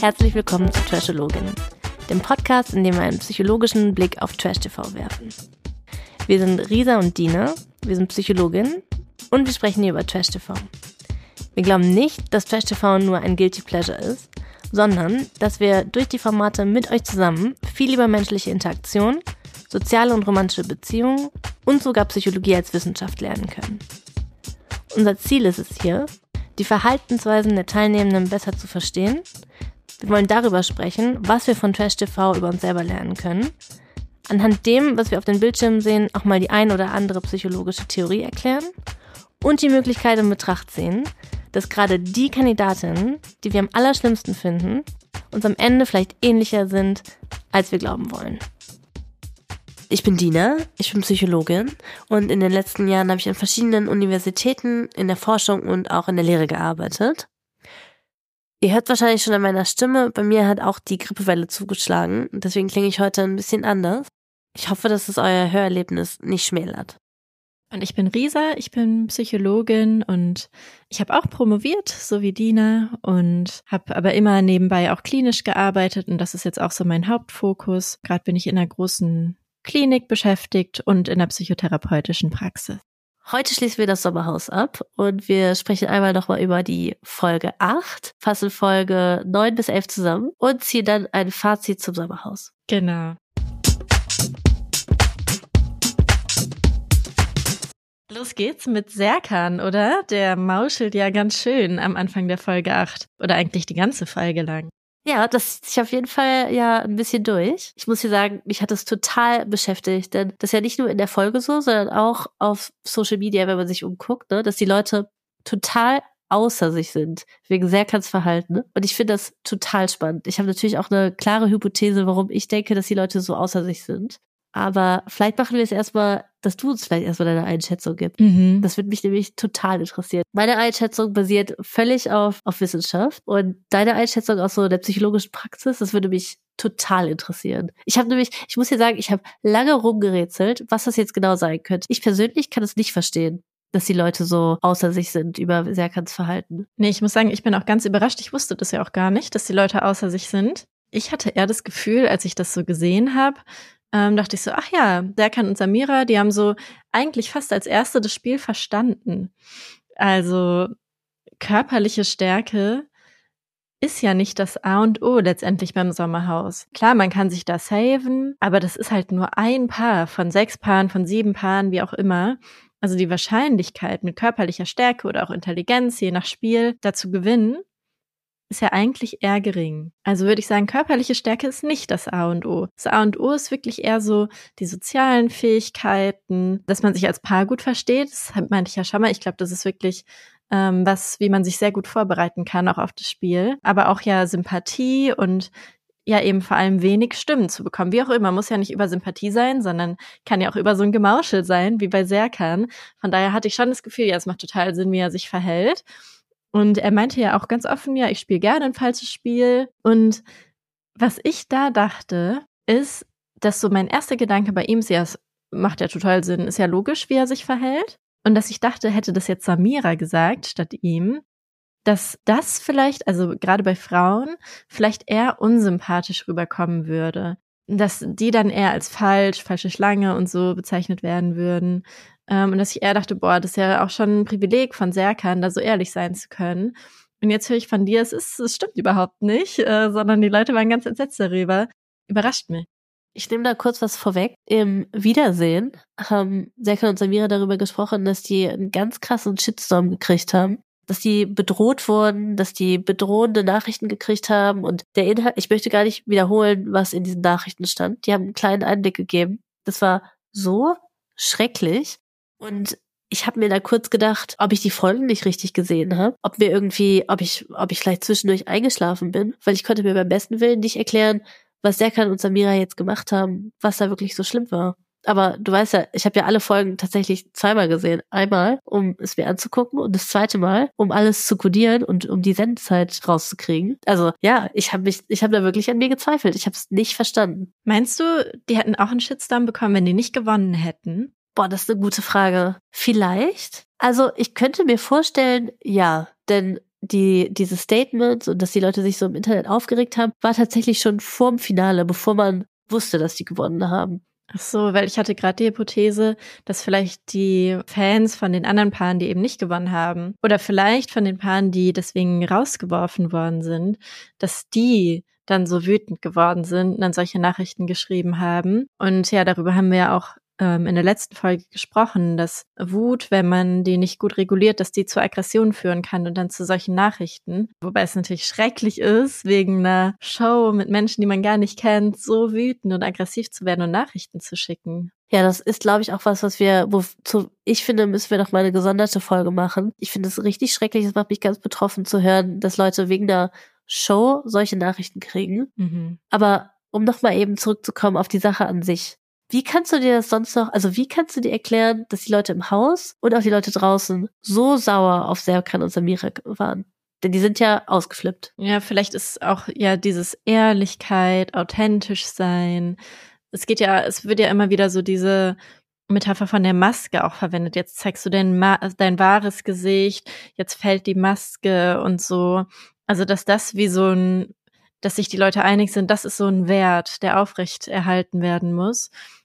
Herzlich willkommen zu Trashologin, dem Podcast, in dem wir einen psychologischen Blick auf Trash-TV werfen. Wir sind Risa und Dina, wir sind Psychologin und wir sprechen hier über Trash-TV. Wir glauben nicht, dass Trash-TV nur ein Guilty Pleasure ist, sondern dass wir durch die Formate mit euch zusammen viel über menschliche Interaktion, soziale und romantische Beziehungen und sogar Psychologie als Wissenschaft lernen können. Unser Ziel ist es hier, die Verhaltensweisen der Teilnehmenden besser zu verstehen. Wir wollen darüber sprechen, was wir von Trash-TV über uns selber lernen können. Anhand dem, was wir auf den Bildschirmen sehen, auch mal die ein oder andere psychologische Theorie erklären und die Möglichkeit in Betracht ziehen, dass gerade die Kandidatinnen, die wir am allerschlimmsten finden, uns am Ende vielleicht ähnlicher sind, als wir glauben wollen. Ich bin Dina, ich bin Psychologin und in den letzten Jahren habe ich an verschiedenen Universitäten in der Forschung und auch in der Lehre gearbeitet. Ihr hört wahrscheinlich schon an meiner Stimme, bei mir hat auch die Grippewelle zugeschlagen und deswegen klinge ich heute ein bisschen anders. Ich hoffe, dass es euer Hörerlebnis nicht schmälert. Und ich bin Risa, ich bin Psychologin und ich habe auch promoviert, so wie Dina, und habe aber immer nebenbei auch klinisch gearbeitet und das ist jetzt auch so mein Hauptfokus. Gerade bin ich in einer großen Klinik beschäftigt und in der psychotherapeutischen Praxis. Heute schließen wir das Sommerhaus ab und wir sprechen einmal nochmal über die Folge 8, fassen Folge 9 bis 11 zusammen und ziehen dann ein Fazit zum Sommerhaus. Genau. Los geht's mit Serkan, oder? Der mauschelt ja ganz schön am Anfang der Folge 8 oder eigentlich die ganze Folge lang. Ja, das zieht sich auf jeden Fall ja ein bisschen durch. Ich muss dir sagen, mich hat das total beschäftigt, denn das ist ja nicht nur in der Folge so, sondern auch auf Social Media, wenn man sich umguckt, ne, dass die Leute total außer sich sind, wegen Serkans Verhalten. Ne? Und ich finde das total spannend. Ich habe natürlich auch eine klare Hypothese, warum ich denke, dass die Leute so außer sich sind. Aber vielleicht machen wir es erstmal, dass du uns vielleicht erstmal deine Einschätzung gibst. Das würde mich nämlich total interessieren. Meine Einschätzung basiert völlig auf Wissenschaft und deine Einschätzung aus so der psychologischen Praxis, das würde mich total interessieren. Ich muss dir sagen, ich habe lange rumgerätselt, was das jetzt genau sein könnte. Ich persönlich kann es nicht verstehen, dass die Leute so außer sich sind über Serkans Verhalten. Nee, ich muss sagen, ich bin auch ganz überrascht. Ich wusste das ja auch gar nicht, dass die Leute außer sich sind. Ich hatte eher das Gefühl, als ich das so gesehen habe, dachte ich so, ach ja, Serkan und Samira, die haben so eigentlich fast als Erste das Spiel verstanden. Also körperliche Stärke ist ja nicht das A und O letztendlich beim Sommerhaus. Klar, man kann sich da saven, aber das ist halt nur ein Paar von 6 Paaren, von 7 Paaren, wie auch immer. Also die Wahrscheinlichkeit mit körperlicher Stärke oder auch Intelligenz, je nach Spiel, da zu gewinnen, ist ja eigentlich eher gering. Also würde ich sagen, körperliche Stärke ist nicht das A und O. Das A und O ist wirklich eher so die sozialen Fähigkeiten, dass man sich als Paar gut versteht. Das meinte ich ja schon mal. Ich glaube, das ist wirklich wie man sich sehr gut vorbereiten kann, auch auf das Spiel. Aber auch ja Sympathie und ja eben vor allem wenig Stimmen zu bekommen. Wie auch immer, muss ja nicht über Sympathie sein, sondern kann ja auch über so ein Gemauschel sein, wie bei Serkan. Von daher hatte ich schon das Gefühl, ja, es macht total Sinn, wie er sich verhält. Und er meinte ja auch ganz offen, ja, ich spiele gerne ein falsches Spiel. Und was ich da dachte, ist, dass so mein erster Gedanke bei ihm ist, ja, es macht ja total Sinn, ist ja logisch, wie er sich verhält. Und dass ich dachte, hätte das jetzt Samira gesagt statt ihm, dass das vielleicht, also gerade bei Frauen, vielleicht eher unsympathisch rüberkommen würde. Dass die dann eher als falsche Schlange und so bezeichnet werden würden. Und dass ich eher dachte, boah, das ist ja auch schon ein Privileg von Serkan, da so ehrlich sein zu können. Und jetzt höre ich von dir, es stimmt überhaupt nicht, sondern die Leute waren ganz entsetzt darüber. Überrascht mich. Ich nehme da kurz was vorweg. Im Wiedersehen haben Serkan und Samira darüber gesprochen, dass die einen ganz krassen Shitstorm gekriegt haben. Dass die bedroht wurden, dass die bedrohende Nachrichten gekriegt haben. Und der Inhalt, ich möchte gar nicht wiederholen, was in diesen Nachrichten stand. Die haben einen kleinen Einblick gegeben. Das war so schrecklich. Und ich habe mir da kurz gedacht, ob ich die Folgen nicht richtig gesehen habe, ob ich vielleicht zwischendurch eingeschlafen bin, weil ich konnte mir beim besten Willen nicht erklären, was Serkan und Samira jetzt gemacht haben, was da wirklich so schlimm war. Aber du weißt ja, ich habe ja alle Folgen tatsächlich zweimal gesehen. Einmal, um es mir anzugucken und das zweite Mal, um alles zu kodieren und um die Sendezeit rauszukriegen. Also ja, ich habe da wirklich an mir gezweifelt. Ich habe es nicht verstanden. Meinst du, die hätten auch einen Shitstorm bekommen, wenn die nicht gewonnen hätten? Boah, das ist eine gute Frage. Vielleicht. Also ich könnte mir vorstellen, ja, denn diese Statements und dass die Leute sich so im Internet aufgeregt haben, war tatsächlich schon vorm Finale, bevor man wusste, dass die gewonnen haben. Ach so, weil ich hatte gerade die Hypothese, dass vielleicht die Fans von den anderen Paaren, die eben nicht gewonnen haben, oder vielleicht von den Paaren, die deswegen rausgeworfen worden sind, dass die dann so wütend geworden sind und dann solche Nachrichten geschrieben haben. Und ja, darüber haben wir ja auch in der letzten Folge gesprochen, dass Wut, wenn man die nicht gut reguliert, dass die zu Aggressionen führen kann und dann zu solchen Nachrichten. Wobei es natürlich schrecklich ist, wegen einer Show mit Menschen, die man gar nicht kennt, so wütend und aggressiv zu werden und Nachrichten zu schicken. Ja, das ist, glaube ich, auch was ich finde, müssen wir doch mal eine gesonderte Folge machen. Ich finde es richtig schrecklich, es macht mich ganz betroffen zu hören, dass Leute wegen der Show solche Nachrichten kriegen. Mhm. Aber um noch mal eben zurückzukommen auf die Sache an sich. Wie kannst du dir das sonst noch, also wie kannst du dir erklären, dass die Leute im Haus und auch die Leute draußen so sauer auf Serkan und Samira waren? Denn die sind ja ausgeflippt. Ja, vielleicht ist auch ja dieses Ehrlichkeit, authentisch sein. Es wird ja immer wieder so diese Metapher von der Maske auch verwendet. Jetzt zeigst du dein wahres Gesicht, jetzt fällt die Maske und so. Also, dass das wie so dass sich die Leute einig sind, das ist so ein Wert, der aufrecht erhalten werden muss.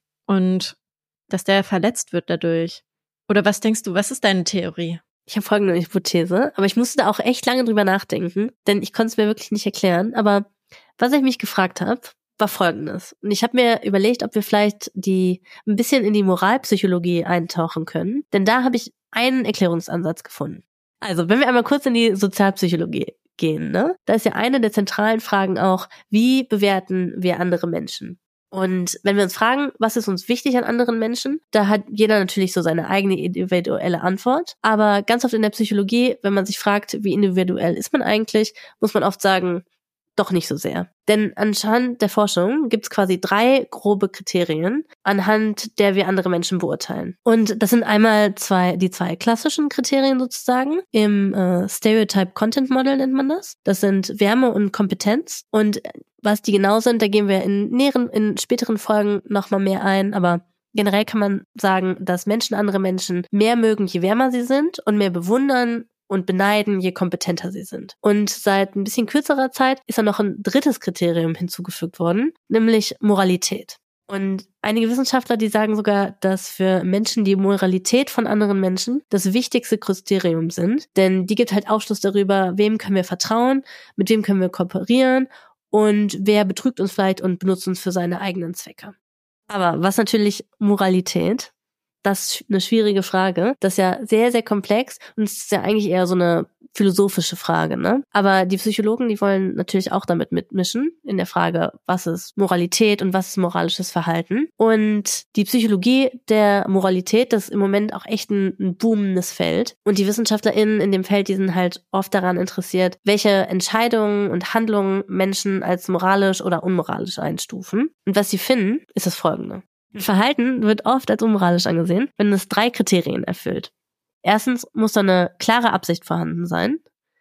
Und dass der verletzt wird dadurch. Oder was denkst du, was ist deine Theorie? Ich habe folgende Hypothese, aber ich musste da auch echt lange drüber nachdenken, denn ich konnte es mir wirklich nicht erklären. Aber was ich mich gefragt habe, war Folgendes. Und ich habe mir überlegt, ob wir vielleicht ein bisschen in die Moralpsychologie eintauchen können. Denn da habe ich einen Erklärungsansatz gefunden. Also, wenn wir einmal kurz in die Sozialpsychologie gehen, ne? Da ist ja eine der zentralen Fragen auch, wie bewerten wir andere Menschen? Und wenn wir uns fragen, was ist uns wichtig an anderen Menschen, da hat jeder natürlich so seine eigene individuelle Antwort. Aber ganz oft in der Psychologie, wenn man sich fragt, wie individuell ist man eigentlich, muss man oft sagen, doch nicht so sehr. Denn anhand der Forschung gibt es quasi 3 grobe Kriterien, anhand der wir andere Menschen beurteilen. Und das sind einmal die zwei klassischen Kriterien sozusagen. Im Stereotype Content Model nennt man das. Das sind Wärme und Kompetenz. Und was die genau sind, da gehen wir in späteren Folgen nochmal mehr ein. Aber generell kann man sagen, dass Menschen andere Menschen mehr mögen, je wärmer sie sind und mehr bewundern und beneiden, je kompetenter sie sind. Und seit ein bisschen kürzerer Zeit ist da noch ein 3. Kriterium hinzugefügt worden, nämlich Moralität. Und einige Wissenschaftler, die sagen sogar, dass für Menschen die Moralität von anderen Menschen das wichtigste Kriterium sind, denn die gibt halt Aufschluss darüber, wem können wir vertrauen, mit wem können wir kooperieren und wer betrügt uns vielleicht und benutzt uns für seine eigenen Zwecke. Aber was natürlich Moralität? Das ist eine schwierige Frage. Das ist ja sehr, sehr komplex und es ist ja eigentlich eher so eine philosophische Frage, ne? Aber die Psychologen, die wollen natürlich auch damit mitmischen in der Frage, was ist Moralität und was ist moralisches Verhalten. Und die Psychologie der Moralität, das ist im Moment auch echt ein boomendes Feld. Und die WissenschaftlerInnen in dem Feld, die sind halt oft daran interessiert, welche Entscheidungen und Handlungen Menschen als moralisch oder unmoralisch einstufen. Und was sie finden, ist das Folgende. Verhalten wird oft als unmoralisch angesehen, wenn es 3 Kriterien erfüllt. Erstens muss da eine klare Absicht vorhanden sein.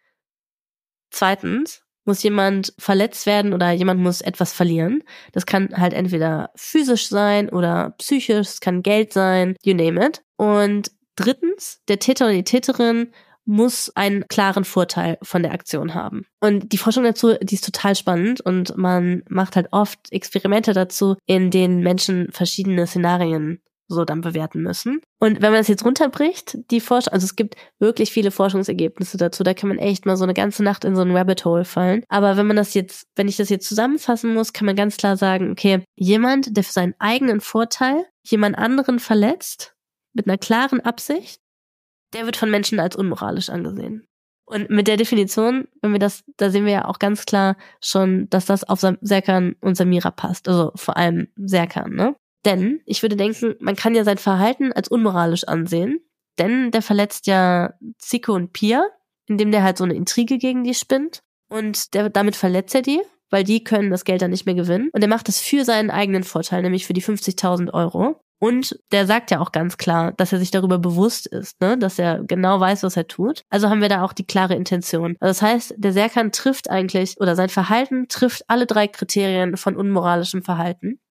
Zweitens muss jemand verletzt werden oder jemand muss etwas verlieren. Das kann halt entweder physisch sein oder psychisch, es kann Geld sein, you name it. Und drittens, der Täter oder die Täterin muss einen klaren Vorteil von der Aktion haben. Und die Forschung dazu, die ist total spannend und man macht halt oft Experimente dazu, in denen Menschen verschiedene Szenarien so dann bewerten müssen. Und wenn man das jetzt runterbricht, die Forschung, also es gibt wirklich viele Forschungsergebnisse dazu, da kann man echt mal so eine ganze Nacht in so ein Rabbit Hole fallen. Aber wenn ich das jetzt zusammenfassen muss, kann man ganz klar sagen, okay, jemand, der für seinen eigenen Vorteil jemand anderen verletzt, mit einer klaren Absicht, der wird von Menschen als unmoralisch angesehen. Und mit der Definition, da sehen wir ja auch ganz klar schon, dass das auf Serkan und Samira passt. Also vor allem Serkan, ne? Denn ich würde denken, man kann ja sein Verhalten als unmoralisch ansehen, denn der verletzt ja Zico und Pia, indem der halt so eine Intrige gegen die spinnt. Und damit verletzt er die, weil die können das Geld dann nicht mehr gewinnen. Und er macht das für seinen eigenen Vorteil, nämlich für die 50.000 Euro. Und der sagt ja auch ganz klar, dass er sich darüber bewusst ist, ne, dass er genau weiß, was er tut. Also haben wir da auch die klare Intention. Also das heißt, der Serkan trifft eigentlich, oder sein Verhalten trifft alle 3 Kriterien von unmoralischem Verhalten.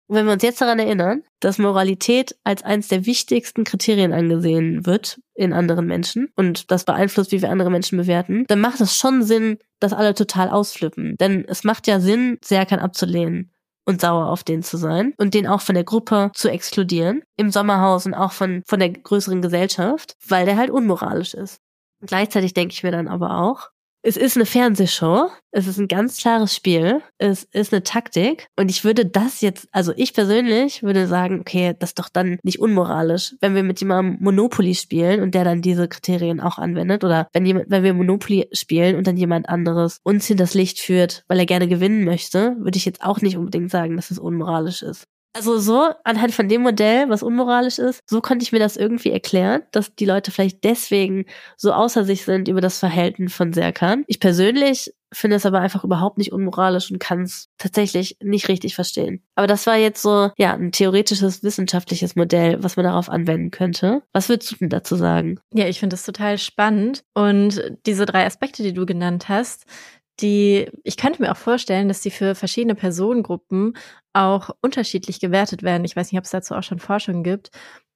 Und wenn wir uns jetzt daran erinnern, dass Moralität als eines der wichtigsten Kriterien angesehen wird in anderen Menschen und das beeinflusst, wie wir andere Menschen bewerten, dann macht es schon Sinn, dass alle total ausflippen. Denn es macht ja Sinn, Serkan abzulehnen und sauer auf den zu sein und den auch von der Gruppe zu exkludieren, im Sommerhaus und auch von der größeren Gesellschaft, weil der halt unmoralisch ist. Und gleichzeitig denke ich mir dann aber auch, es ist eine Fernsehshow, es ist ein ganz klares Spiel, es ist eine Taktik und ich würde das jetzt, also ich persönlich würde sagen, okay, das ist doch dann nicht unmoralisch, wenn wir mit jemandem Monopoly spielen und der dann diese Kriterien auch anwendet oder wenn wir Monopoly spielen und dann jemand anderes uns hinters Licht führt, weil er gerne gewinnen möchte, würde ich jetzt auch nicht unbedingt sagen, dass es unmoralisch ist. Also so, anhand von dem Modell, was unmoralisch ist, so konnte ich mir das irgendwie erklären, dass die Leute vielleicht deswegen so außer sich sind über das Verhalten von Serkan. Ich persönlich finde es aber einfach überhaupt nicht unmoralisch und kann es tatsächlich nicht richtig verstehen. Aber das war jetzt so, ja, ein theoretisches, wissenschaftliches Modell, was man darauf anwenden könnte. Was würdest du denn dazu sagen? Ja, ich finde das total spannend. Und diese 3 Aspekte, die du genannt hast, ich könnte mir auch vorstellen, dass die für verschiedene Personengruppen auch unterschiedlich gewertet werden. Ich weiß nicht, ob es dazu auch schon Forschung gibt.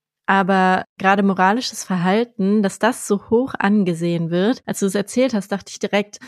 Aber gerade moralisches Verhalten, dass das so hoch angesehen wird, als du es erzählt hast, dachte ich direkt,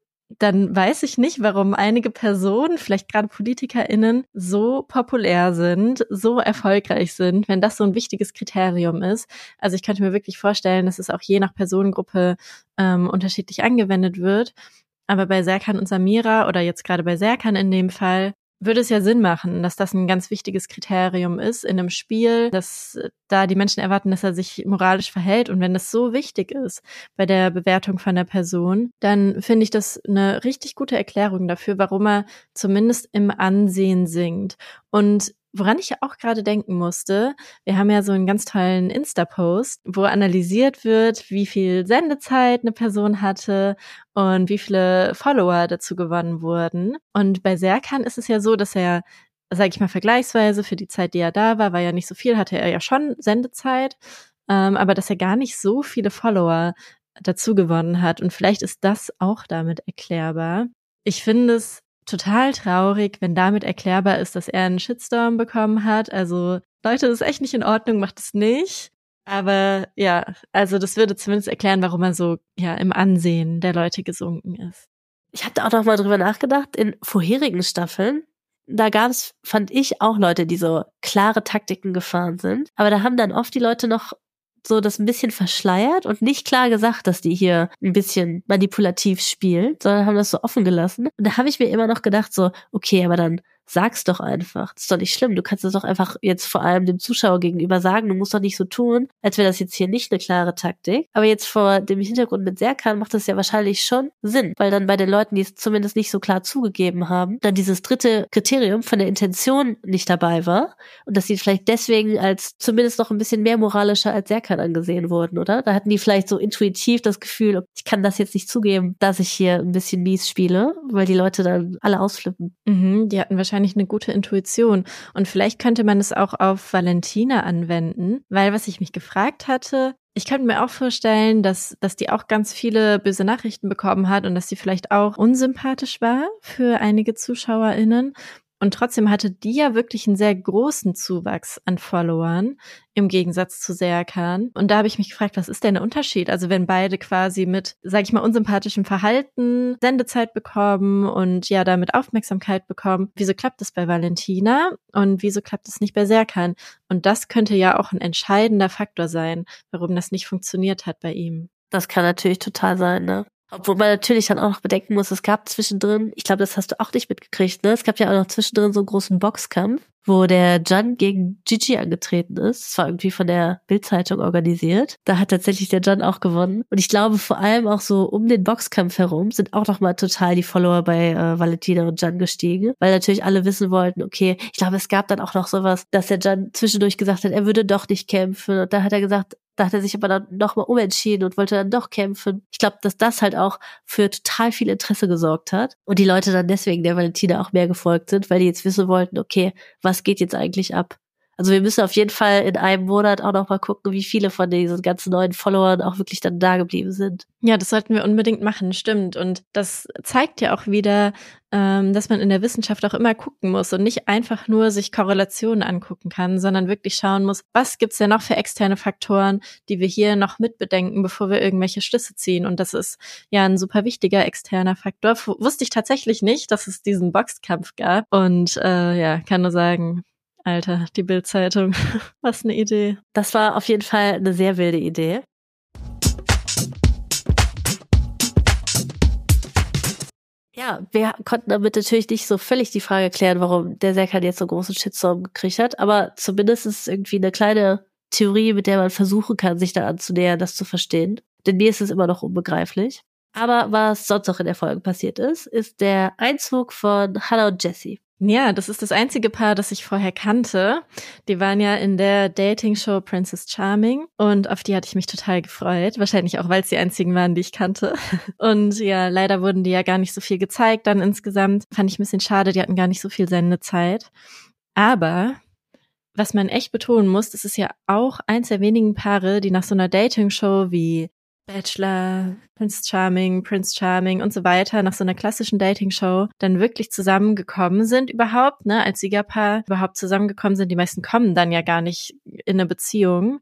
dann weiß ich nicht, warum einige Personen, vielleicht gerade PolitikerInnen, so populär sind, so erfolgreich sind, wenn das so ein wichtiges Kriterium ist. Also ich könnte mir wirklich vorstellen, dass es auch je nach Personengruppe unterschiedlich angewendet wird. Aber bei Serkan und Samira oder jetzt gerade bei Serkan in dem Fall würde es ja Sinn machen, dass das ein ganz wichtiges Kriterium ist in einem Spiel, dass da die Menschen erwarten, dass er sich moralisch verhält. Und wenn das so wichtig ist bei der Bewertung von der Person, dann finde ich das eine richtig gute Erklärung dafür, warum er zumindest im Ansehen sinkt. Und woran ich ja auch gerade denken musste, wir haben ja so einen ganz tollen Insta-Post, wo analysiert wird, wie viel Sendezeit eine Person hatte und wie viele Follower dazu gewonnen wurden. Und bei Serkan ist es ja so, dass er, sage ich mal vergleichsweise, für die Zeit, die er da war ja nicht so viel, hatte er ja schon Sendezeit, aber dass er gar nicht so viele Follower dazu gewonnen hat. Und vielleicht ist das auch damit erklärbar. Ich finde es total traurig, wenn damit erklärbar ist, dass er einen Shitstorm bekommen hat. Also Leute, das ist echt nicht in Ordnung, macht es nicht. Aber ja, also das würde zumindest erklären, warum er so im Ansehen der Leute gesunken ist. Ich hatte auch noch mal drüber nachgedacht, in vorherigen Staffeln, da gab es, fand ich, auch Leute, die so klare Taktiken gefahren sind. Aber da haben dann oft die Leute noch so das ein bisschen verschleiert und nicht klar gesagt, dass die hier ein bisschen manipulativ spielen, sondern haben das so offen gelassen. Und da habe ich mir immer noch gedacht so, okay, aber dann sag's doch einfach. Das ist doch nicht schlimm. Du kannst es doch einfach jetzt vor allem dem Zuschauer gegenüber sagen. Du musst doch nicht so tun, als wäre das jetzt hier nicht eine klare Taktik. Aber jetzt vor dem Hintergrund mit Serkan macht das ja wahrscheinlich schon Sinn, weil dann bei den Leuten, die es zumindest nicht so klar zugegeben haben, dann dieses dritte Kriterium von der Intention nicht dabei war und dass sie vielleicht deswegen als zumindest noch ein bisschen mehr moralischer als Serkan angesehen wurden, oder? Da hatten die vielleicht so intuitiv das Gefühl, ich kann das jetzt nicht zugeben, dass ich hier ein bisschen mies spiele, weil die Leute dann alle ausflippen. Die hatten wahrscheinlich eine gute Intuition. Und vielleicht könnte man es auch auf Valentina anwenden, weil was ich mich gefragt hatte, ich könnte mir auch vorstellen, dass die auch ganz viele böse Nachrichten bekommen hat und dass sie vielleicht auch unsympathisch war für einige ZuschauerInnen. Und trotzdem hatte die ja wirklich einen sehr großen Zuwachs an Followern im Gegensatz zu Serkan. Und da habe ich mich gefragt, was ist denn der Unterschied? Also wenn beide quasi mit, sage ich mal, unsympathischem Verhalten Sendezeit bekommen und ja damit Aufmerksamkeit bekommen, wieso klappt das bei Valentina und wieso klappt es nicht bei Serkan? Und das könnte ja auch ein entscheidender Faktor sein, warum das nicht funktioniert hat bei ihm. Das kann natürlich total sein, ne? Obwohl man natürlich dann auch noch bedenken muss, es gab zwischendrin, ich glaube, das hast du auch nicht mitgekriegt, ne? Es gab ja auch noch zwischendrin so einen großen Boxkampf, wo der Can gegen Gigi angetreten ist. Das war irgendwie von der Bild-Zeitung organisiert. Da hat tatsächlich der Can auch gewonnen. Und ich glaube, vor allem auch so um den Boxkampf herum sind auch noch mal total die Follower bei Valentina und Can gestiegen, weil natürlich alle wissen wollten, okay, ich glaube, es gab dann auch noch sowas, dass der Can zwischendurch gesagt hat, er würde doch nicht kämpfen. Und da hat er gesagt, da hat er sich aber dann nochmal umentschieden und wollte dann doch kämpfen. Ich glaube, dass das halt auch für total viel Interesse gesorgt hat und die Leute dann deswegen der Valentina auch mehr gefolgt sind, weil die jetzt wissen wollten, okay, was geht jetzt eigentlich ab? Also wir müssen auf jeden Fall in einem Monat auch noch mal gucken, wie viele von diesen ganzen neuen Followern auch wirklich dann da geblieben sind. Ja, das sollten wir unbedingt machen, stimmt. Und das zeigt ja auch wieder, dass man in der Wissenschaft auch immer gucken muss und nicht einfach nur sich Korrelationen angucken kann, sondern wirklich schauen muss, was gibt's denn noch für externe Faktoren, die wir hier noch mitbedenken, bevor wir irgendwelche Schlüsse ziehen. Und das ist ja ein super wichtiger externer Faktor. Wusste ich tatsächlich nicht, dass es diesen Boxkampf gab. Und kann nur sagen, Alter, die Bild-Zeitung, was eine Idee. Das war auf jeden Fall eine sehr wilde Idee. Ja, wir konnten damit natürlich nicht so völlig die Frage klären, warum der Serkan jetzt so großen Shitstorm gekriegt hat, aber zumindest ist es irgendwie eine kleine Theorie, mit der man versuchen kann, sich da anzunähern, das zu verstehen. Denn mir ist es immer noch unbegreiflich. Aber was sonst noch in der Folge passiert ist der Einzug von Hannah und Jessie. Ja, das ist das einzige Paar, das ich vorher kannte. Die waren ja in der Dating-Show Princess Charming und auf die hatte ich mich total gefreut. Wahrscheinlich auch, weil es die einzigen waren, die ich kannte. Und ja, leider wurden die ja gar nicht so viel gezeigt dann insgesamt. Fand ich ein bisschen schade, die hatten gar nicht so viel Sendezeit. Aber was man echt betonen muss, das ist ja auch eins der wenigen Paare, die nach so einer Dating-Show wie Bachelor, Prince Charming und so weiter, nach so einer klassischen Dating-Show dann wirklich zusammengekommen sind überhaupt, ne, als Siegerpaar überhaupt zusammengekommen sind. Die meisten kommen dann ja gar nicht in eine Beziehung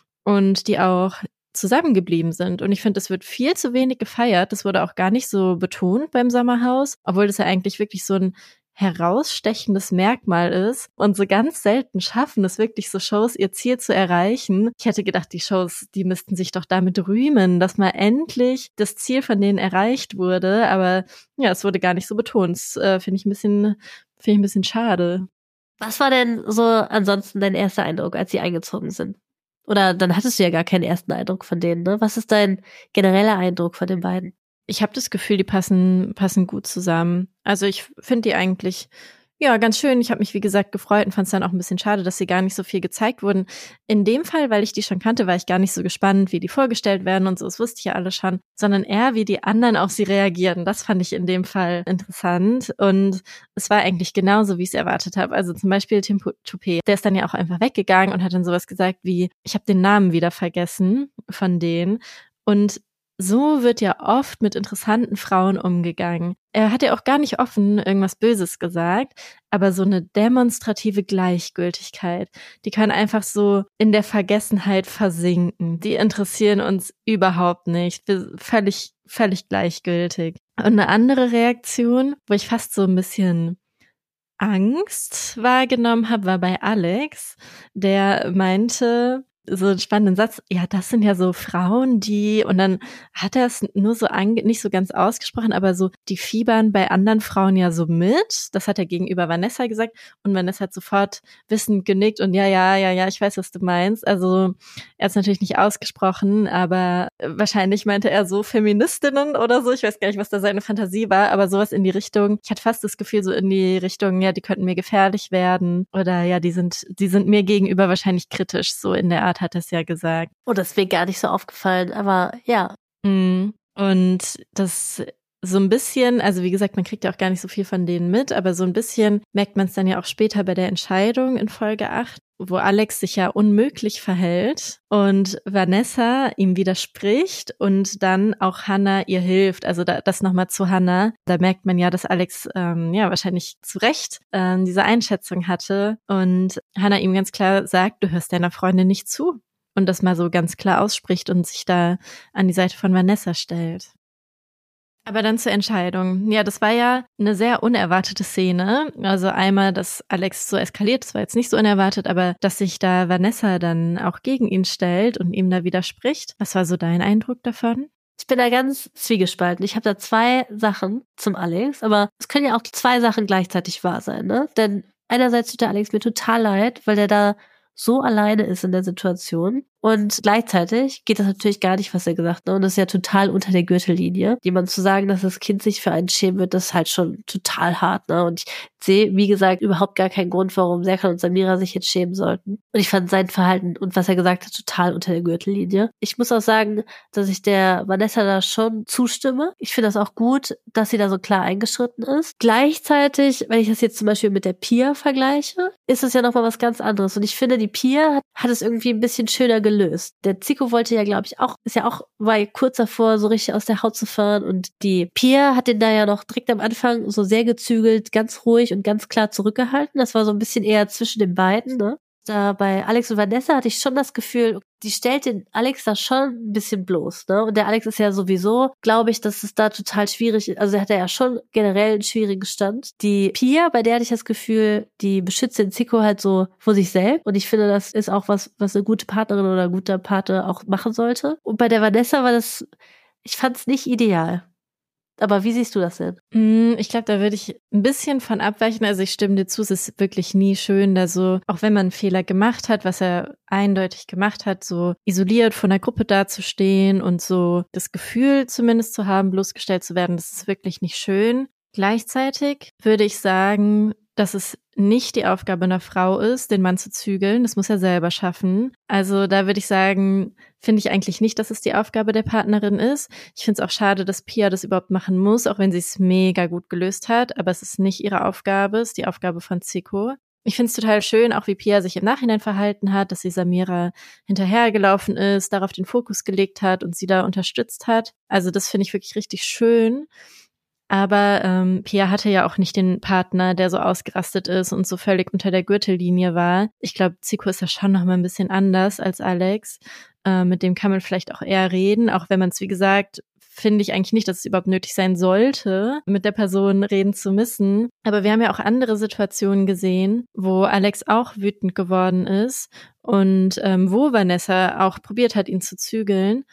und die auch zusammengeblieben sind. Und ich finde, es wird viel zu wenig gefeiert. Das wurde auch gar nicht so betont beim Sommerhaus, obwohl das ja eigentlich wirklich so ein herausstechendes Merkmal ist und so ganz selten schaffen es wirklich so Shows, ihr Ziel zu erreichen. Ich hätte gedacht, die Shows, die müssten sich doch damit rühmen, dass mal endlich das Ziel von denen erreicht wurde, aber ja, es wurde gar nicht so betont. Das finde ich ein bisschen schade. Was war denn so ansonsten dein erster Eindruck, als sie eingezogen sind? Oder dann hattest du ja gar keinen ersten Eindruck von denen, ne? Was ist dein genereller Eindruck von den beiden? Ich habe das Gefühl, die passen gut zusammen. Also ich finde die eigentlich ja ganz schön. Ich habe mich, wie gesagt, gefreut und fand es dann auch ein bisschen schade, dass sie gar nicht so viel gezeigt wurden. In dem Fall, weil ich die schon kannte, war ich gar nicht so gespannt, wie die vorgestellt werden und so. Das wusste ich ja alle schon. Sondern eher, wie die anderen auf sie reagieren. Das fand ich in dem Fall interessant. Und es war eigentlich genauso, wie ich es erwartet habe. Also zum Beispiel Tim Toupé, der ist dann ja auch einfach weggegangen und hat dann sowas gesagt wie, ich habe den Namen wieder vergessen von denen. Und so wird ja oft mit interessanten Frauen umgegangen. Er hat ja auch gar nicht offen irgendwas Böses gesagt, aber so eine demonstrative Gleichgültigkeit, die kann einfach so in der Vergessenheit versinken. Die interessieren uns überhaupt nicht. Wir sind völlig gleichgültig. Und eine andere Reaktion, wo ich fast so ein bisschen Angst wahrgenommen habe, war bei Alex, der meinte, so einen spannenden Satz, ja, das sind ja so Frauen, die, und dann hat er es nur so nicht so ganz ausgesprochen, aber so, die fiebern bei anderen Frauen ja so mit. Das hat er gegenüber Vanessa gesagt und Vanessa hat sofort wissend genickt und ja, ich weiß, was du meinst. Also er hat es natürlich nicht ausgesprochen, aber wahrscheinlich meinte er so Feministinnen oder so. Ich weiß gar nicht, was da seine Fantasie war, aber sowas in die Richtung. Ich hatte fast das Gefühl, so in die Richtung, ja, die könnten mir gefährlich werden oder ja, die sind mir gegenüber wahrscheinlich kritisch, so in der Art hat es ja gesagt. Oh, das ist mir gar nicht so aufgefallen, aber ja. Und das so ein bisschen, also wie gesagt, man kriegt ja auch gar nicht so viel von denen mit, aber so ein bisschen merkt man es dann ja auch später bei der Entscheidung in Folge 8, wo Alex sich ja unmöglich verhält und Vanessa ihm widerspricht und dann auch Hannah ihr hilft. Also das nochmal zu Hannah. Da merkt man ja, dass Alex wahrscheinlich zu Recht diese Einschätzung hatte und Hannah ihm ganz klar sagt, du hörst deiner Freundin nicht zu. Und das mal so ganz klar ausspricht und sich da an die Seite von Vanessa stellt. Aber dann zur Entscheidung. Ja, das war ja eine sehr unerwartete Szene. Also einmal, dass Alex so eskaliert, das war jetzt nicht so unerwartet, aber dass sich da Vanessa dann auch gegen ihn stellt und ihm da widerspricht. Was war so dein Eindruck davon? Ich bin da ganz zwiegespalten. Ich habe da 2 Sachen zum Alex, aber es können ja auch 2 Sachen gleichzeitig wahr sein, ne? Denn einerseits tut der Alex mir total leid, weil der da so alleine ist in der Situation. Und gleichzeitig geht das natürlich gar nicht, was er gesagt hat. Ne? Und das ist ja total unter der Gürtellinie. Jemand zu sagen, dass das Kind sich für einen schämen wird, das ist halt schon total hart. Ne? Und ich sehe, wie gesagt, überhaupt gar keinen Grund, warum Serkan und Samira sich jetzt schämen sollten. Und ich fand sein Verhalten und was er gesagt hat, total unter der Gürtellinie. Ich muss auch sagen, dass ich der Vanessa da schon zustimme. Ich finde das auch gut, dass sie da so klar eingeschritten ist. Gleichzeitig, wenn ich das jetzt zum Beispiel mit der Pia vergleiche, ist es ja nochmal was ganz anderes. Und ich finde, die Pia hat es irgendwie ein bisschen schöner gelöst. Der Zico wollte ja, glaube ich, war ja kurz davor, so richtig aus der Haut zu fahren. Und die Pia hat den da ja noch direkt am Anfang so sehr gezügelt, ganz ruhig und ganz klar zurückgehalten. Das war so ein bisschen eher zwischen den beiden, ne? Da bei Alex und Vanessa hatte ich schon das Gefühl, die stellt den Alex da schon ein bisschen bloß, ne? Und der Alex ist ja sowieso, glaube ich, dass es da total schwierig ist. Also er hat ja schon generell einen schwierigen Stand. Die Pia, bei der hatte ich das Gefühl, die beschützt den Zico halt so vor sich selbst. Und ich finde, das ist auch was eine gute Partnerin oder ein guter Pate auch machen sollte. Und bei der Vanessa ich fand es nicht ideal. Aber wie siehst du das denn? Ich glaube, da würde ich ein bisschen von abweichen. Also ich stimme dir zu, es ist wirklich nie schön, da so, auch wenn man einen Fehler gemacht hat, was er eindeutig gemacht hat, so isoliert von der Gruppe dazustehen und so das Gefühl zumindest zu haben, bloßgestellt zu werden, das ist wirklich nicht schön. Gleichzeitig würde ich sagen, dass es nicht die Aufgabe einer Frau ist, den Mann zu zügeln. Das muss er selber schaffen. Also da würde ich sagen, finde ich eigentlich nicht, dass es die Aufgabe der Partnerin ist. Ich finde es auch schade, dass Pia das überhaupt machen muss, auch wenn sie es mega gut gelöst hat. Aber es ist nicht ihre Aufgabe, es ist die Aufgabe von Zico. Ich finde es total schön, auch wie Pia sich im Nachhinein verhalten hat, dass sie Samira hinterhergelaufen ist, darauf den Fokus gelegt hat und sie da unterstützt hat. Also das finde ich wirklich richtig schön. Aber Pia hatte ja auch nicht den Partner, der so ausgerastet ist und so völlig unter der Gürtellinie war. Ich glaube, Zico ist ja schon noch mal ein bisschen anders als Alex. Mit dem kann man vielleicht auch eher reden, auch wenn man es, wie gesagt, finde ich eigentlich nicht, dass es überhaupt nötig sein sollte, mit der Person reden zu müssen. Aber wir haben ja auch andere Situationen gesehen, wo Alex auch wütend geworden ist und wo Vanessa auch probiert hat, ihn zu zügeln.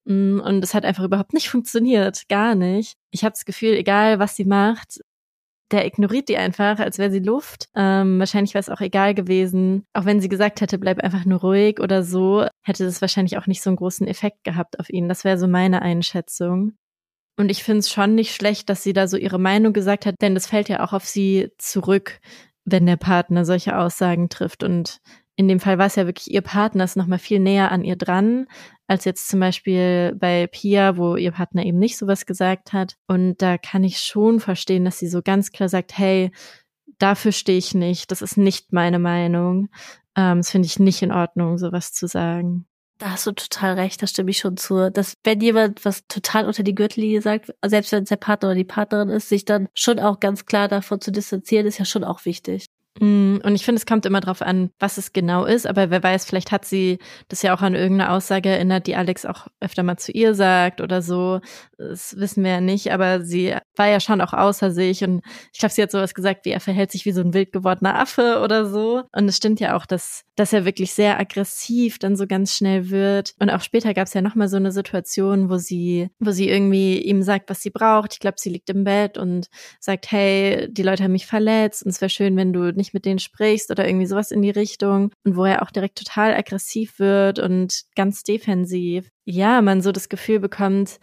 Und es hat einfach überhaupt nicht funktioniert, gar nicht. Ich habe das Gefühl, egal was sie macht, der ignoriert die einfach, als wäre sie Luft. Wahrscheinlich wäre es auch egal gewesen. Auch wenn sie gesagt hätte, bleib einfach nur ruhig oder so, hätte das wahrscheinlich auch nicht so einen großen Effekt gehabt auf ihn. Das wäre so meine Einschätzung. Und ich finde es schon nicht schlecht, dass sie da so ihre Meinung gesagt hat, denn das fällt ja auch auf sie zurück, wenn der Partner solche Aussagen trifft. Und in dem Fall war es ja wirklich, ihr Partner ist noch mal viel näher an ihr dran, als jetzt zum Beispiel bei Pia, wo ihr Partner eben nicht sowas gesagt hat. Und da kann ich schon verstehen, dass sie so ganz klar sagt, hey, dafür stehe ich nicht, das ist nicht meine Meinung. Das finde ich nicht in Ordnung, sowas zu sagen. Da hast du total recht, da stimme ich schon zu. Dass wenn jemand was total unter die Gürtellinie sagt, selbst wenn es der Partner oder die Partnerin ist, sich dann schon auch ganz klar davon zu distanzieren, ist ja schon auch wichtig. Und ich finde, es kommt immer drauf an, was es genau ist, aber wer weiß, vielleicht hat sie das ja auch an irgendeine Aussage erinnert, die Alex auch öfter mal zu ihr sagt oder so. Das wissen wir ja nicht, aber sie war ja schon auch außer sich und ich glaube, sie hat sowas gesagt, wie er verhält sich wie so ein wild gewordener Affe oder so. Und es stimmt ja auch, dass er wirklich sehr aggressiv dann so ganz schnell wird. Und auch später gab es ja nochmal so eine Situation, wo sie irgendwie ihm sagt, was sie braucht. Ich glaube, sie liegt im Bett und sagt, hey, die Leute haben mich verletzt und es wäre schön, wenn du nicht mit denen sprichst oder irgendwie sowas in die Richtung. Und wo er auch direkt total aggressiv wird und ganz defensiv. Ja, man so das Gefühl bekommt,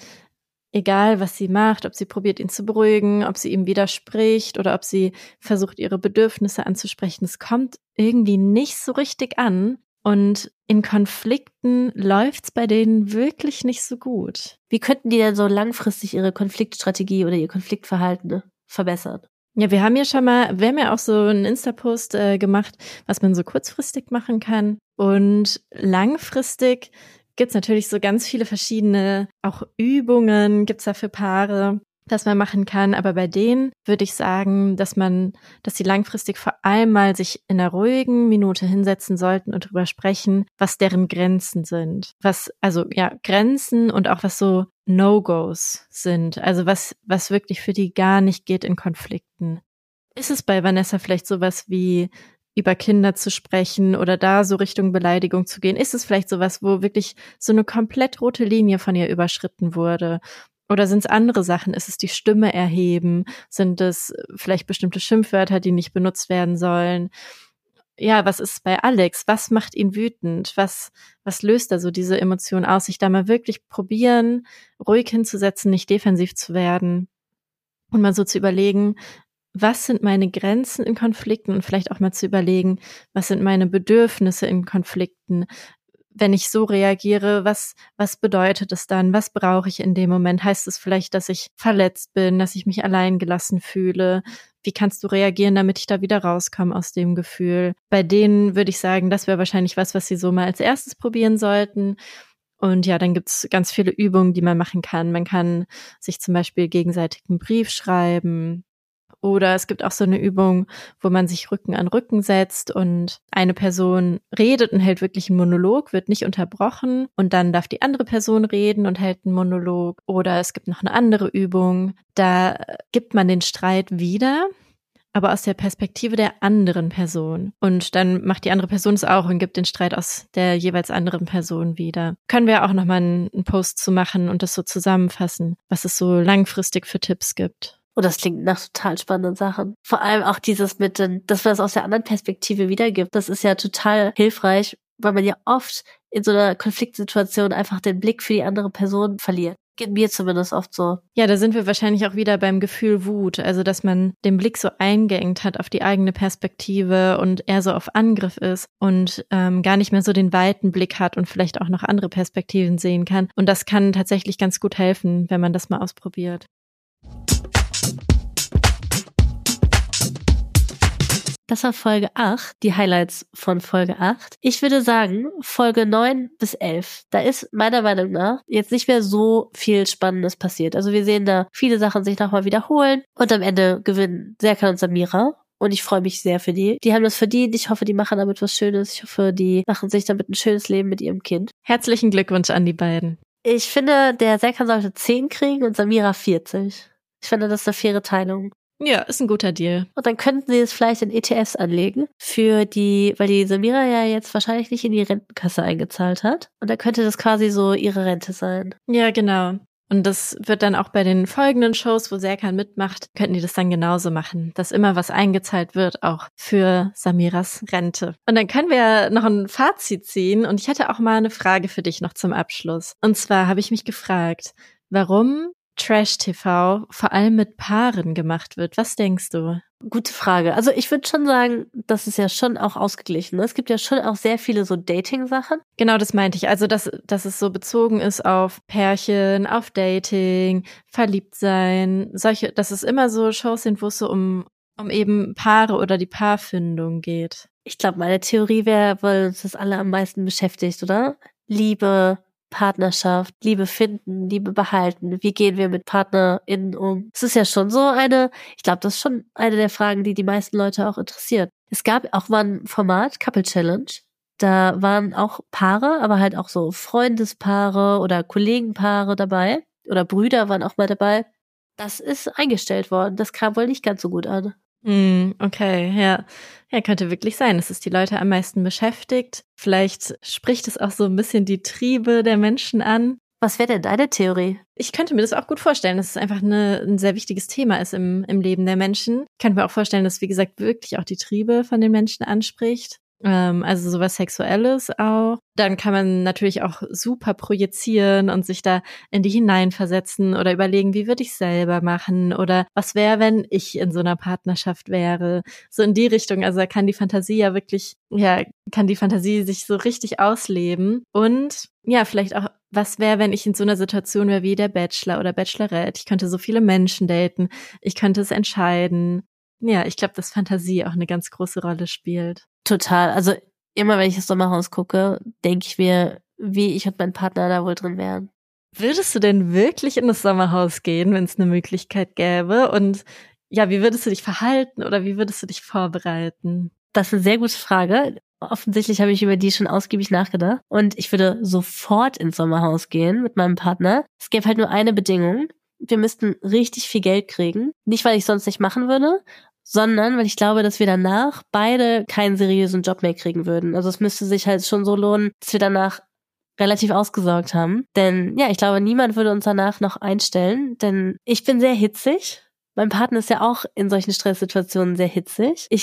egal was sie macht, ob sie probiert, ihn zu beruhigen, ob sie ihm widerspricht oder ob sie versucht, ihre Bedürfnisse anzusprechen, es kommt irgendwie nicht so richtig an. Und in Konflikten läuft's bei denen wirklich nicht so gut. Wie könnten die denn so langfristig ihre Konfliktstrategie oder ihr Konfliktverhalten verbessern? Ja, wir haben ja auch so einen Insta-Post gemacht, was man so kurzfristig machen kann. Und langfristig gibt's natürlich so ganz viele verschiedene, auch Übungen gibt's da für Paare, was man machen kann. Aber bei denen würde ich sagen, dass sie langfristig vor allem mal sich in einer ruhigen Minute hinsetzen sollten und drüber sprechen, was deren Grenzen sind. Grenzen und auch was so No-Gos sind. Also was wirklich für die gar nicht geht in Konflikten. Ist es bei Vanessa vielleicht sowas wie über Kinder zu sprechen oder da so Richtung Beleidigung zu gehen? Ist es vielleicht sowas, wo wirklich so eine komplett rote Linie von ihr überschritten wurde? Oder sind es andere Sachen? Ist es die Stimme erheben? Sind es vielleicht bestimmte Schimpfwörter, die nicht benutzt werden sollen? ja, was ist bei Alex? Was macht ihn wütend? Was löst da so diese Emotion aus? Sich da mal wirklich probieren, ruhig hinzusetzen, nicht defensiv zu werden und mal so zu überlegen, was sind meine Grenzen in Konflikten und vielleicht auch mal zu überlegen, was sind meine Bedürfnisse in Konflikten? Wenn ich so reagiere, was bedeutet es dann? Was brauche ich in dem Moment? Heißt es vielleicht, dass ich verletzt bin, dass ich mich alleingelassen fühle? Wie kannst du reagieren, damit ich da wieder rauskomme aus dem Gefühl? Bei denen würde ich sagen, das wäre wahrscheinlich was sie so mal als erstes probieren sollten. Und ja, dann gibt's ganz viele Übungen, die man machen kann. Man kann sich zum Beispiel gegenseitig einen Brief schreiben. Oder es gibt auch so eine Übung, wo man sich Rücken an Rücken setzt und eine Person redet und hält wirklich einen Monolog, wird nicht unterbrochen und dann darf die andere Person reden und hält einen Monolog. Oder es gibt noch eine andere Übung, da gibt man den Streit wieder, aber aus der Perspektive der anderen Person. Und dann macht die andere Person es auch und gibt den Streit aus der jeweils anderen Person wieder. Können wir auch nochmal einen Post zu machen und das so zusammenfassen, was es so langfristig für Tipps gibt. Oh, das klingt nach total spannenden Sachen. Vor allem auch dieses mit, dass man das aus der anderen Perspektive wiedergibt. Das ist ja total hilfreich, weil man ja oft in so einer Konfliktsituation einfach den Blick für die andere Person verliert. Geht mir zumindest oft so. Ja, da sind wir wahrscheinlich auch wieder beim Gefühl Wut. Also, dass man den Blick so eingeengt hat auf die eigene Perspektive und eher so auf Angriff ist und gar nicht mehr so den weiten Blick hat und vielleicht auch noch andere Perspektiven sehen kann. Und das kann tatsächlich ganz gut helfen, wenn man das mal ausprobiert. Das war Folge 8, die Highlights von Folge 8. Ich würde sagen, Folge 9 bis 11, da ist meiner Meinung nach jetzt nicht mehr so viel Spannendes passiert. Also wir sehen da viele Sachen sich nochmal wiederholen und am Ende gewinnen Serkan und Samira. Und ich freue mich sehr für die. Die haben das verdient. Ich hoffe, die machen damit was Schönes. Ich hoffe, die machen sich damit ein schönes Leben mit ihrem Kind. Herzlichen Glückwunsch an die beiden. Ich finde, der Serkan sollte 10 kriegen und Samira 40. Ich finde, das ist eine faire Teilung. Ja, ist ein guter Deal. Und dann könnten sie es vielleicht in ETFs anlegen weil die Samira ja jetzt wahrscheinlich nicht in die Rentenkasse eingezahlt hat. Und da könnte das quasi so ihre Rente sein. Ja, genau. Und das wird dann auch bei den folgenden Shows, wo Serkan mitmacht, könnten die das dann genauso machen, dass immer was eingezahlt wird, auch für Samiras Rente. Und dann können wir noch ein Fazit ziehen. Und ich hatte auch mal eine Frage für dich noch zum Abschluss. Und zwar habe ich mich gefragt, warum Trash-TV vor allem mit Paaren gemacht wird. Was denkst du? Gute Frage. Also ich würde schon sagen, das ist ja schon auch ausgeglichen. Es gibt ja schon auch sehr viele so Dating-Sachen. Genau, das meinte ich. Also, dass es so bezogen ist auf Pärchen, auf Dating, Verliebtsein, dass es immer so Shows sind, wo es so um eben Paare oder die Paarfindung geht. Ich glaube, meine Theorie wäre, weil uns das alle am meisten beschäftigt, oder? Liebe, Partnerschaft, Liebe finden, Liebe behalten. Wie gehen wir mit PartnerInnen um? Es ist ja schon so ich glaube, das ist schon eine der Fragen, die die meisten Leute auch interessiert. Es gab auch mal ein Format, Couple Challenge. Da waren auch Paare, aber halt auch so Freundespaare oder Kollegenpaare dabei. Oder Brüder waren auch mal dabei. Das ist eingestellt worden. Das kam wohl nicht ganz so gut an. Okay, ja. Ja, könnte wirklich sein, dass es die Leute am meisten beschäftigt. Vielleicht spricht es auch so ein bisschen die Triebe der Menschen an. Was wäre denn deine Theorie? Ich könnte mir das auch gut vorstellen, dass es einfach ein sehr wichtiges Thema ist im Leben der Menschen. Ich könnte mir auch vorstellen, dass, wie gesagt, wirklich auch die Triebe von den Menschen anspricht. Also sowas Sexuelles auch. Dann kann man natürlich auch super projizieren und sich da in die hineinversetzen oder überlegen, wie würde ich selber machen oder was wäre, wenn ich in so einer Partnerschaft wäre. So in die Richtung. Also da kann die Fantasie sich so richtig ausleben. Und ja, vielleicht auch, was wäre, wenn ich in so einer Situation wäre wie der Bachelor oder Bachelorette. Ich könnte so viele Menschen daten. Ich könnte es entscheiden. Ja, ich glaube, dass Fantasie auch eine ganz große Rolle spielt. Total. Also immer, wenn ich das Sommerhaus gucke, denke ich mir, wie ich und mein Partner da wohl drin wären. Würdest du denn wirklich in das Sommerhaus gehen, wenn es eine Möglichkeit gäbe? Und ja, wie würdest du dich verhalten oder wie würdest du dich vorbereiten? Das ist eine sehr gute Frage. Offensichtlich habe ich über die schon ausgiebig nachgedacht. Und ich würde sofort ins Sommerhaus gehen mit meinem Partner. Es gäbe halt nur eine Bedingung. Wir müssten richtig viel Geld kriegen. Nicht, weil ich sonst nicht machen würde, sondern weil ich glaube, dass wir danach beide keinen seriösen Job mehr kriegen würden. Also es müsste sich halt schon so lohnen, dass wir danach relativ ausgesorgt haben. Denn ja, ich glaube, niemand würde uns danach noch einstellen, denn ich bin sehr hitzig. Mein Partner ist ja auch in solchen Stresssituationen sehr hitzig. Ich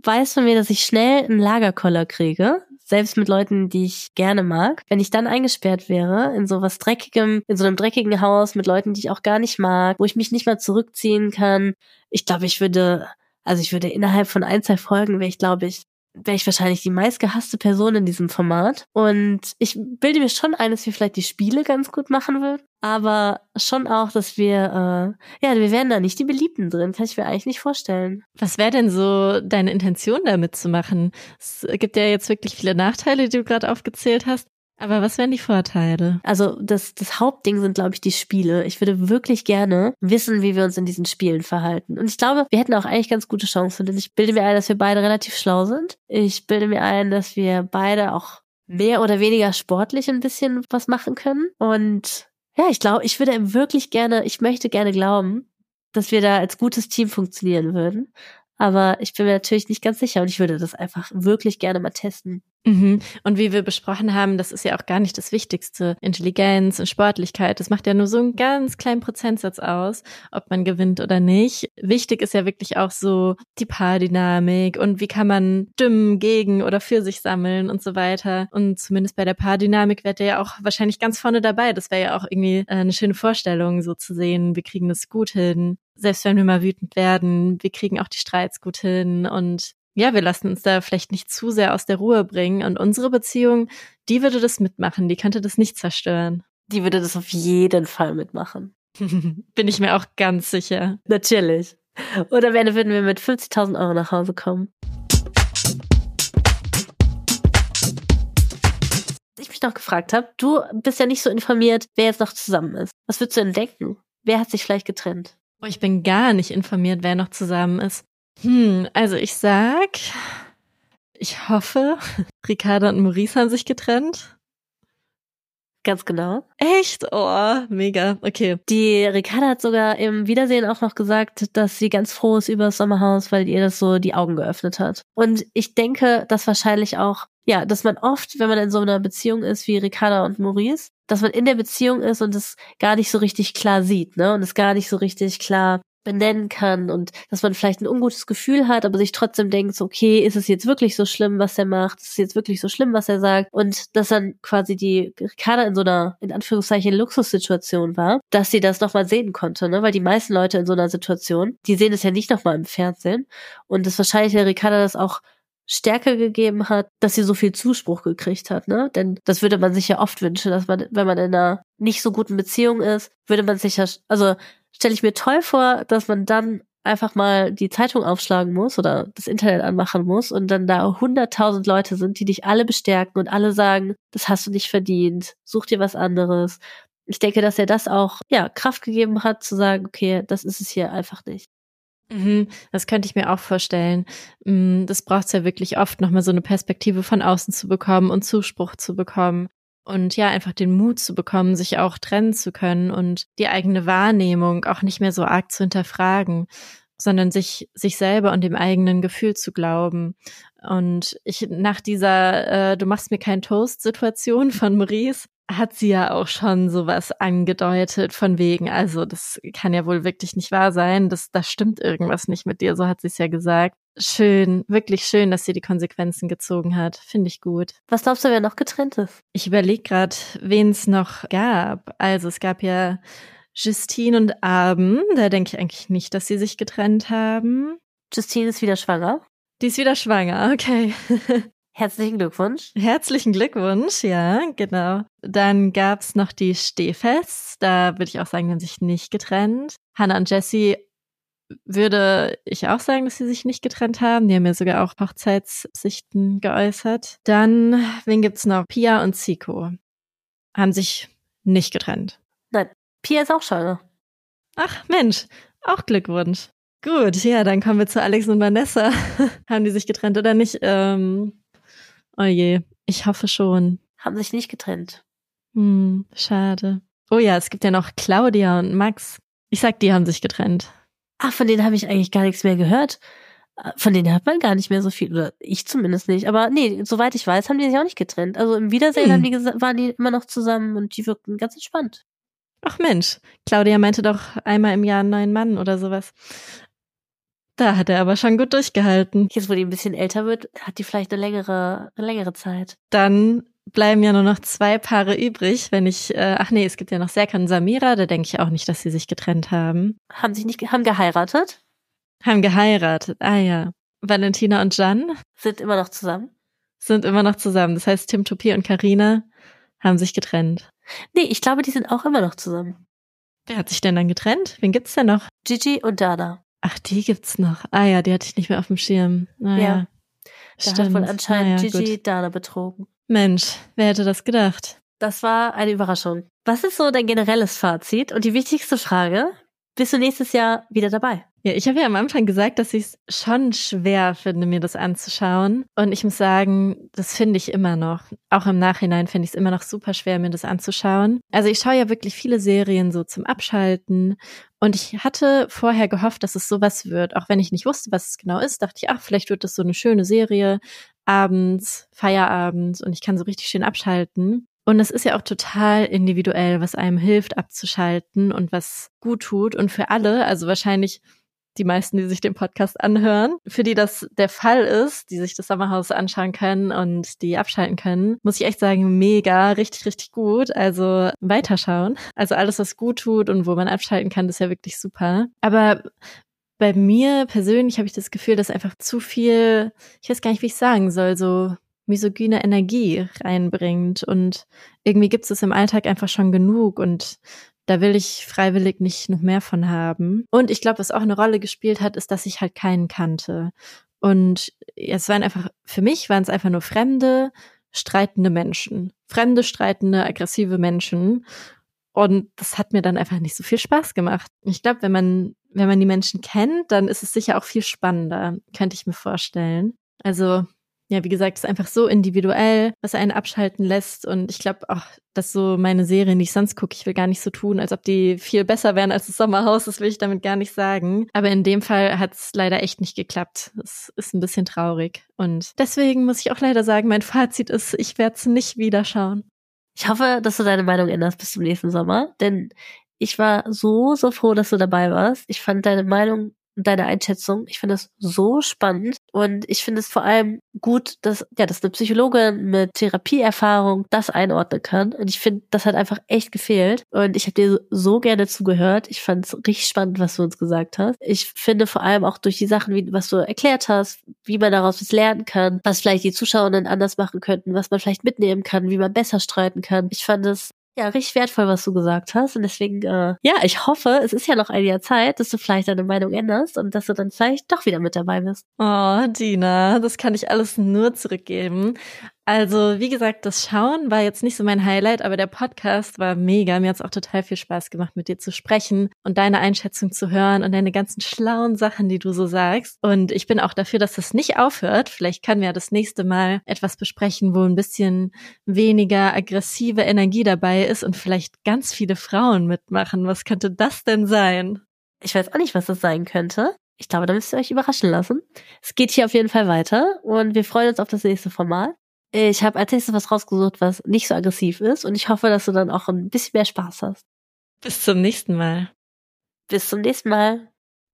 weiß von mir, dass ich schnell einen Lagerkoller kriege. Selbst mit Leuten, die ich gerne mag. Wenn ich dann eingesperrt wäre, in so was Dreckigem, in so einem dreckigen Haus mit Leuten, die ich auch gar nicht mag, wo ich mich nicht mal zurückziehen kann. Ich glaube, ich würde innerhalb von 2 Folgen wäre ich wahrscheinlich die meistgehasste Person in diesem Format. Und ich bilde mir schon ein, dass wir vielleicht die Spiele ganz gut machen würden. Aber schon auch, dass wir wären da nicht die Beliebten drin. Kann ich mir eigentlich nicht vorstellen. Was wäre denn so deine Intention damit zu machen? Es gibt ja jetzt wirklich viele Nachteile, die du gerade aufgezählt hast. Aber was wären die Vorteile? Also das Hauptding sind, glaube ich, die Spiele. Ich würde wirklich gerne wissen, wie wir uns in diesen Spielen verhalten. Und ich glaube, wir hätten auch eigentlich ganz gute Chancen. Denn ich bilde mir ein, dass wir beide relativ schlau sind. Ich bilde mir ein, dass wir beide auch mehr oder weniger sportlich ein bisschen was machen können. Und ja, ich möchte gerne glauben, dass wir da als gutes Team funktionieren würden. Aber ich bin mir natürlich nicht ganz sicher und ich würde das einfach wirklich gerne mal testen. Mhm. Und wie wir besprochen haben, das ist ja auch gar nicht das Wichtigste. Intelligenz und Sportlichkeit, das macht ja nur so einen ganz kleinen Prozentsatz aus, ob man gewinnt oder nicht. Wichtig ist ja wirklich auch so die Paardynamik und wie kann man Stimmen gegen oder für sich sammeln und so weiter. Und zumindest bei der Paardynamik wäre der ja auch wahrscheinlich ganz vorne dabei. Das wäre ja auch irgendwie eine schöne Vorstellung, so zu sehen, wir kriegen das gut hin. Selbst wenn wir mal wütend werden, wir kriegen auch die Streits gut hin und ja, wir lassen uns da vielleicht nicht zu sehr aus der Ruhe bringen. Und unsere Beziehung, die würde das mitmachen, die könnte das nicht zerstören. Die würde das auf jeden Fall mitmachen. Bin ich mir auch ganz sicher. Natürlich. Oder am Ende würden wir mit 50.000 Euro nach Hause kommen. Ich mich noch gefragt habe, du bist ja nicht so informiert, wer jetzt noch zusammen ist. Was würdest du denn denken? Wer hat sich vielleicht getrennt? Oh, ich bin gar nicht informiert, wer noch zusammen ist. Also ich hoffe, Ricarda und Maurice haben sich getrennt. Ganz genau. Echt? Oh, mega. Okay. Die Ricarda hat sogar im Wiedersehen auch noch gesagt, dass sie ganz froh ist über das Sommerhaus, weil ihr das so die Augen geöffnet hat. Und ich denke, dass wahrscheinlich auch, ja, dass man oft, wenn man in so einer Beziehung ist wie Ricarda und Maurice, dass man in der Beziehung ist und es gar nicht so richtig klar sieht, ne? Und es gar nicht so richtig klar benennen kann und dass man vielleicht ein ungutes Gefühl hat, aber sich trotzdem denkt, so, okay, ist es jetzt wirklich so schlimm, was er macht? Ist es jetzt wirklich so schlimm, was er sagt? Und dass dann quasi die Ricarda in so einer, in Anführungszeichen, Luxussituation war, dass sie das nochmal sehen konnte, ne? Weil die meisten Leute in so einer Situation, die sehen es ja nicht nochmal im Fernsehen und das wahrscheinlich der Ricarda das auch Stärke gegeben hat, dass sie so viel Zuspruch gekriegt hat, ne? Denn das würde man sich ja oft wünschen, dass man, wenn man in einer nicht so guten Beziehung ist, würde man sich ja, also stelle ich mir toll vor, dass man dann einfach mal die Zeitung aufschlagen muss oder das Internet anmachen muss und dann da 100.000 Leute sind, die dich alle bestärken und alle sagen, das hast du nicht verdient, such dir was anderes. Ich denke, dass er das auch, ja, Kraft gegeben hat, zu sagen, okay, das ist es hier einfach nicht. Das könnte ich mir auch vorstellen. Das braucht es ja wirklich oft, nochmal so eine Perspektive von außen zu bekommen und Zuspruch zu bekommen. Und ja, einfach den Mut zu bekommen, sich auch trennen zu können und die eigene Wahrnehmung auch nicht mehr so arg zu hinterfragen, sondern sich selber und dem eigenen Gefühl zu glauben. Und nach dieser Du machst mir keinen Toast-Situation von Maurice, hat sie ja auch schon sowas angedeutet von wegen, also das kann ja wohl wirklich nicht wahr sein, da stimmt irgendwas nicht mit dir, so hat sie es ja gesagt. Schön, wirklich schön, dass sie die Konsequenzen gezogen hat. Finde ich gut. Was glaubst du, wer noch getrennt ist? Ich überlege gerade, wen es noch gab. Also es gab ja Justine und Abend. Da denke ich eigentlich nicht, dass sie sich getrennt haben. Justine ist wieder schwanger. Die ist wieder schwanger, okay. Herzlichen Glückwunsch. Herzlichen Glückwunsch, ja, genau. Dann gab's noch die Stehfests. Da würde ich auch sagen, die haben sich nicht getrennt. Hannah und Jessie würde ich auch sagen, dass sie sich nicht getrennt haben. Die haben ja sogar auch Hochzeitssichten geäußert. Dann, wen gibt's noch? Pia und Zico haben sich nicht getrennt. Nein, Pia ist auch schwanger. Ach Mensch, auch Glückwunsch. Gut, ja, dann kommen wir zu Alex und Vanessa. Haben die sich getrennt oder nicht? Oh je, ich hoffe schon. Haben sich nicht getrennt. Schade. Oh ja, es gibt ja noch Claudia und Max. Ich sag, die haben sich getrennt. Ach, von denen habe ich eigentlich gar nichts mehr gehört. Von denen hört man gar nicht mehr so viel. Oder ich zumindest nicht. Aber nee, soweit ich weiß, haben die sich auch nicht getrennt. Also im Wiedersehen waren die immer noch zusammen und die wirkten ganz entspannt. Ach Mensch, Claudia meinte doch einmal im Jahr einen neuen Mann oder sowas. Da hat er aber schon gut durchgehalten. Jetzt, wo die ein bisschen älter wird, hat die vielleicht eine längere Zeit. Dann bleiben ja nur noch 2 Paare übrig, wenn ich, es gibt ja noch Serkan und Samira, da denke ich auch nicht, dass sie sich getrennt haben. Haben geheiratet? Haben geheiratet, ja. Valentina und Jan sind immer noch zusammen. Das heißt, Tim Toupé und Carina haben sich getrennt. Nee, ich glaube, die sind auch immer noch zusammen. Wer hat sich denn dann getrennt? Wen gibt's denn noch? Gigi und Dana. Ach, die gibt's noch. Ja, die hatte ich nicht mehr auf dem Schirm. Ja. Da Stimmt. hat wohl anscheinend Gigi gut. Dana betrogen. Mensch, wer hätte das gedacht? Das war eine Überraschung. Was ist so dein generelles Fazit? Und die wichtigste Frage, bist du nächstes Jahr wieder dabei? Ja, ich habe ja am Anfang gesagt, dass ich es schon schwer finde, mir das anzuschauen. Und ich muss sagen, das finde ich immer noch. Auch im Nachhinein finde ich es immer noch super schwer, mir das anzuschauen. Also ich schaue ja wirklich viele Serien so zum Abschalten. Und ich hatte vorher gehofft, dass es sowas wird. Auch wenn ich nicht wusste, was es genau ist, dachte ich, vielleicht wird das so eine schöne Serie. Abends, Feierabend. Und ich kann so richtig schön abschalten. Und es ist ja auch total individuell, was einem hilft, abzuschalten und was gut tut. Und für alle, also wahrscheinlich die meisten, die sich den Podcast anhören, für die das der Fall ist, die sich das Sommerhaus anschauen können und die abschalten können, muss ich echt sagen, mega, richtig, richtig gut. Also weiterschauen. Also alles, was gut tut und wo man abschalten kann, ist ja wirklich super. Aber bei mir persönlich habe ich das Gefühl, dass einfach zu viel, ich weiß gar nicht, wie ich sagen soll, so misogyne Energie reinbringt. Und irgendwie gibt es im Alltag einfach schon genug und da will ich freiwillig nicht noch mehr von haben. Und ich glaube, was auch eine Rolle gespielt hat, ist, dass ich halt keinen kannte. Und für mich waren es einfach nur fremde, streitende Menschen. Fremde, streitende, aggressive Menschen. Und das hat mir dann einfach nicht so viel Spaß gemacht. Ich glaube, wenn man die Menschen kennt, dann ist es sicher auch viel spannender, könnte ich mir vorstellen. Also ja, wie gesagt, es ist einfach so individuell, was einen abschalten lässt. Und ich glaube auch, dass so meine Serien, die ich sonst gucke, ich will gar nicht so tun, als ob die viel besser wären als das Sommerhaus. Das will ich damit gar nicht sagen. Aber in dem Fall hat es leider echt nicht geklappt. Es ist ein bisschen traurig. Und deswegen muss ich auch leider sagen, mein Fazit ist, ich werde es nicht wieder schauen. Ich hoffe, dass du deine Meinung änderst bis zum nächsten Sommer. Denn ich war so froh, dass du dabei warst. Ich fand deine Meinung und deine Einschätzung, ich finde das so spannend und ich finde es vor allem gut, dass eine Psychologin mit Therapieerfahrung das einordnen kann und ich finde, das hat einfach echt gefehlt und ich habe dir so gerne zugehört. Ich fand es richtig spannend, was du uns gesagt hast. Ich finde vor allem auch durch die Sachen, was du erklärt hast, wie man daraus was lernen kann, was vielleicht die Zuschauerinnen anders machen könnten, was man vielleicht mitnehmen kann, wie man besser streiten kann. Ich fand es richtig wertvoll, was du gesagt hast. Und deswegen, ich hoffe, es ist ja noch ein Jahr Zeit, dass du vielleicht deine Meinung änderst und dass du dann vielleicht doch wieder mit dabei bist. Oh, Dina, das kann ich alles nur zurückgeben. Also, wie gesagt, das Schauen war jetzt nicht so mein Highlight, aber der Podcast war mega. Mir hat es auch total viel Spaß gemacht, mit dir zu sprechen und deine Einschätzung zu hören und deine ganzen schlauen Sachen, die du so sagst. Und ich bin auch dafür, dass das nicht aufhört. Vielleicht können wir ja das nächste Mal etwas besprechen, wo ein bisschen weniger aggressive Energie dabei ist und vielleicht ganz viele Frauen mitmachen. Was könnte das denn sein? Ich weiß auch nicht, was das sein könnte. Ich glaube, da müsst ihr euch überraschen lassen. Es geht hier auf jeden Fall weiter und wir freuen uns auf das nächste Format. Ich habe als nächstes was rausgesucht, was nicht so aggressiv ist und ich hoffe, dass du dann auch ein bisschen mehr Spaß hast. Bis zum nächsten Mal. Bis zum nächsten Mal.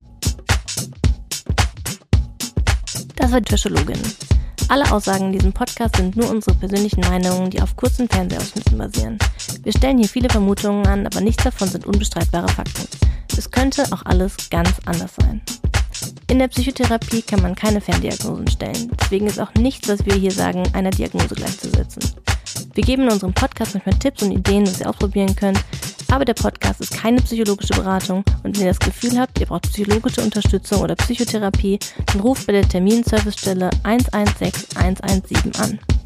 Das war Trashologin. Alle Aussagen in diesem Podcast sind nur unsere persönlichen Meinungen, die auf kurzen Fernsehausschnitten basieren. Wir stellen hier viele Vermutungen an, aber nichts davon sind unbestreitbare Fakten. Es könnte auch alles ganz anders sein. In der Psychotherapie kann man keine Ferndiagnosen stellen. Deswegen ist auch nichts, was wir hier sagen, einer Diagnose gleichzusetzen. Wir geben in unserem Podcast manchmal Tipps und Ideen, was ihr ausprobieren könnt, aber der Podcast ist keine psychologische Beratung und wenn ihr das Gefühl habt, ihr braucht psychologische Unterstützung oder Psychotherapie, dann ruft bei der Terminservicestelle 116 117 an.